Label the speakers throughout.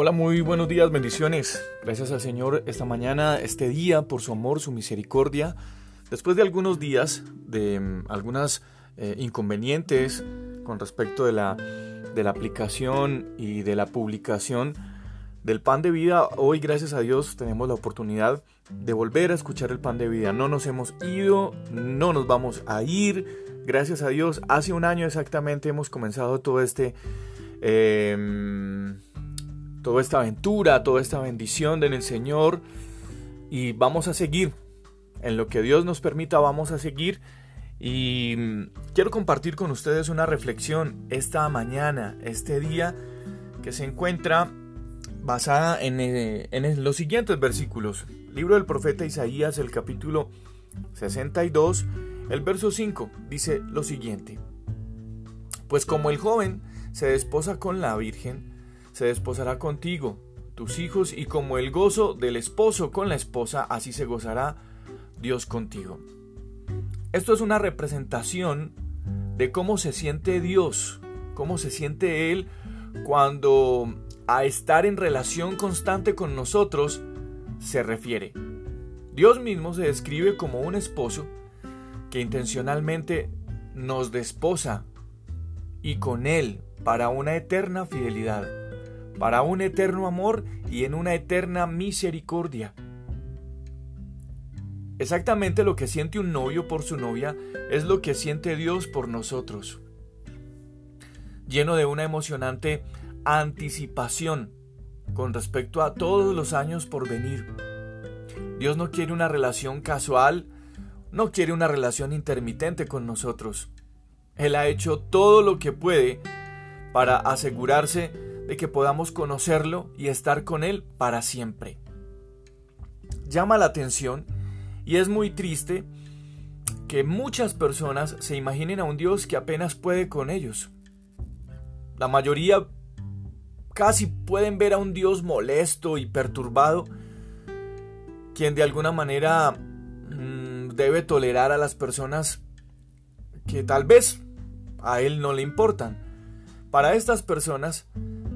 Speaker 1: Hola, muy buenos días, bendiciones. Gracias al Señor esta mañana, este día, por su amor, su misericordia. Después de algunos días, de algunas inconvenientes con respecto de la aplicación y de la publicación del Pan de Vida, hoy, gracias a Dios, tenemos la oportunidad de volver a escuchar el Pan de Vida. No nos hemos ido, no nos vamos a ir. Gracias a Dios, hace un año exactamente hemos comenzado toda esta aventura, toda esta bendición en el Señor, y vamos a seguir. En lo que Dios nos permita vamos a seguir, y quiero compartir con ustedes una reflexión esta mañana, este día, que se encuentra basada en los siguientes versículos. Libro del profeta Isaías, el capítulo 62, el verso 5, dice lo siguiente: Pues como el joven se desposa con la virgen, se desposará contigo, tus hijos, y como el gozo del esposo con la esposa, así se gozará Dios contigo. Esto es una representación de cómo se siente Dios, cómo se siente Él cuando a estar en relación constante con nosotros se refiere. Dios mismo se describe como un esposo que intencionalmente nos desposa, y con Él para una eterna fidelidad, para un eterno amor y en una eterna misericordia. Exactamente lo que siente un novio por su novia es lo que siente Dios por nosotros, lleno de una emocionante anticipación con respecto a todos los años por venir. Dios no quiere una relación casual, no quiere una relación intermitente con nosotros. Él ha hecho todo lo que puede para asegurarse de que podamos conocerlo y estar con Él para siempre. Llama la atención y es muy triste que muchas personas se imaginen a un Dios que apenas puede con ellos. La mayoría casi pueden ver a un Dios molesto y perturbado, quien de alguna manera debe tolerar a las personas que tal vez a Él no le importan. Para estas personas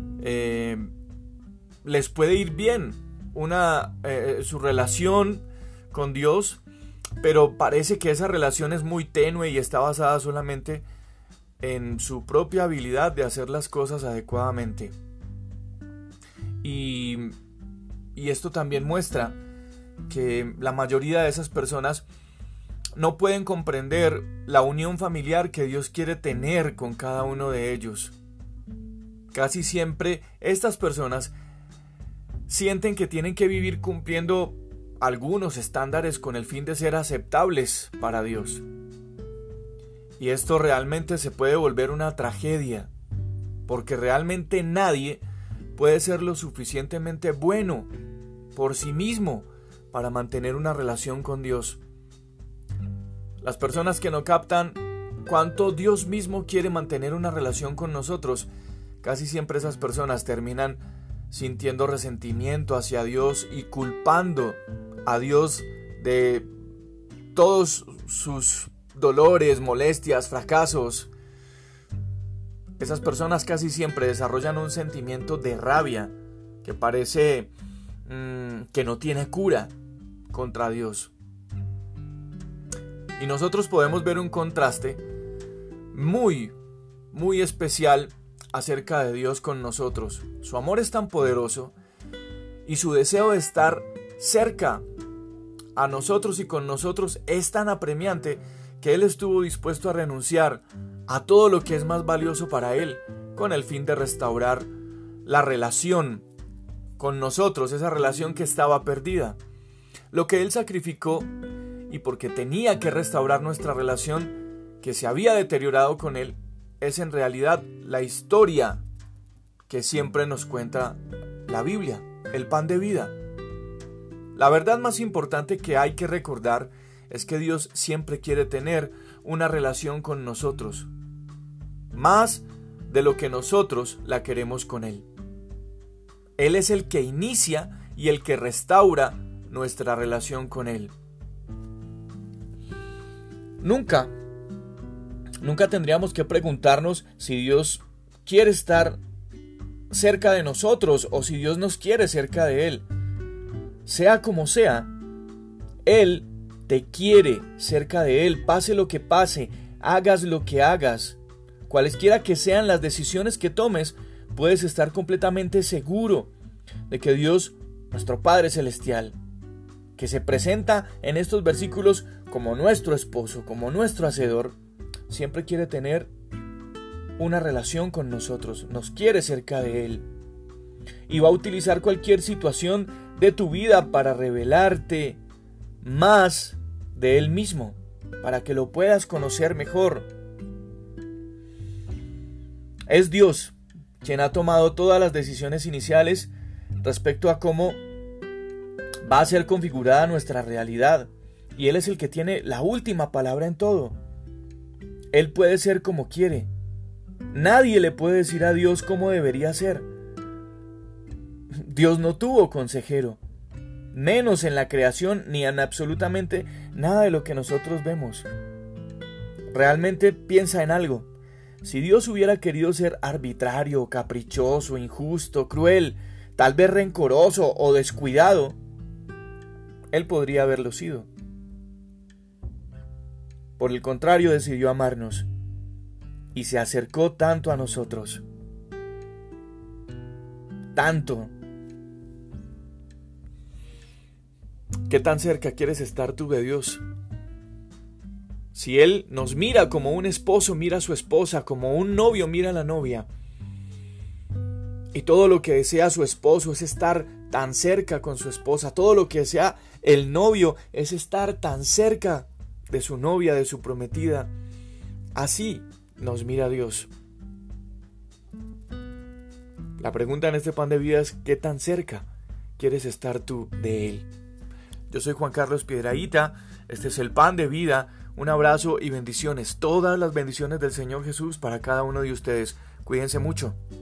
Speaker 1: les puede ir bien su relación con Dios, pero parece que esa relación es muy tenue y está basada solamente en su propia habilidad de hacer las cosas adecuadamente. Y esto también muestra que la mayoría de esas personas no pueden comprender la unión familiar que Dios quiere tener con cada uno de ellos. Casi siempre estas personas sienten que tienen que vivir cumpliendo algunos estándares con el fin de ser aceptables para Dios. Y esto realmente se puede volver una tragedia, porque realmente nadie puede ser lo suficientemente bueno por sí mismo para mantener una relación con Dios. Las personas que no captan cuánto Dios mismo quiere mantener una relación con nosotros, casi siempre esas personas terminan sintiendo resentimiento hacia Dios y culpando a Dios de todos sus dolores, molestias, fracasos. Esas personas casi siempre desarrollan un sentimiento de rabia que parece que no tiene cura contra Dios. Y nosotros podemos ver un contraste muy, muy especial acerca de Dios con nosotros. Su amor es tan poderoso y su deseo de estar cerca a nosotros y con nosotros es tan apremiante que Él estuvo dispuesto a renunciar a todo lo que es más valioso para Él con el fin de restaurar la relación con nosotros, esa relación que estaba perdida. Lo que Él sacrificó, y porque tenía que restaurar nuestra relación que se había deteriorado con Él, es en realidad la historia que siempre nos cuenta la Biblia, el pan de vida. La verdad más importante que hay que recordar es que Dios siempre quiere tener una relación con nosotros, más de lo que nosotros la queremos con Él. Él es el que inicia y el que restaura nuestra relación con Él. Nunca tendríamos que preguntarnos si Dios quiere estar cerca de nosotros o si Dios nos quiere cerca de Él. Sea como sea, Él te quiere cerca de Él, pase lo que pase, hagas lo que hagas, cualesquiera que sean las decisiones que tomes, puedes estar completamente seguro de que Dios, nuestro Padre Celestial, que se presenta en estos versículos como nuestro esposo, como nuestro hacedor, siempre quiere tener una relación con nosotros, nos quiere cerca de Él. Y va a utilizar cualquier situación de tu vida para revelarte más de Él mismo, para que lo puedas conocer mejor. Es Dios quien ha tomado todas las decisiones iniciales respecto a cómo va a ser configurada nuestra realidad, y Él es el que tiene la última palabra en todo. Él puede ser como quiere. Nadie le puede decir a Dios cómo debería ser. Dios no tuvo consejero, menos en la creación ni en absolutamente nada de lo que nosotros vemos. Realmente piensa en algo. Si Dios hubiera querido ser arbitrario, caprichoso, injusto, cruel, tal vez rencoroso o descuidado, Él podría haberlo sido. Por el contrario, decidió amarnos y se acercó tanto a nosotros. Tanto. ¿Qué tan cerca quieres estar tú de Dios? Si Él nos mira como un esposo mira a su esposa, como un novio mira a la novia, y todo lo que desea su esposo es estar tan cerca con su esposa, todo lo que desea el novio es estar tan cerca de su novia, de su prometida, así nos mira Dios. La pregunta en este pan de vida es: ¿qué tan cerca quieres estar tú de Él? Yo soy Juan Carlos Piedrahita, este es el pan de vida. Un abrazo y bendiciones, todas las bendiciones del Señor Jesús para cada uno de ustedes. Cuídense mucho.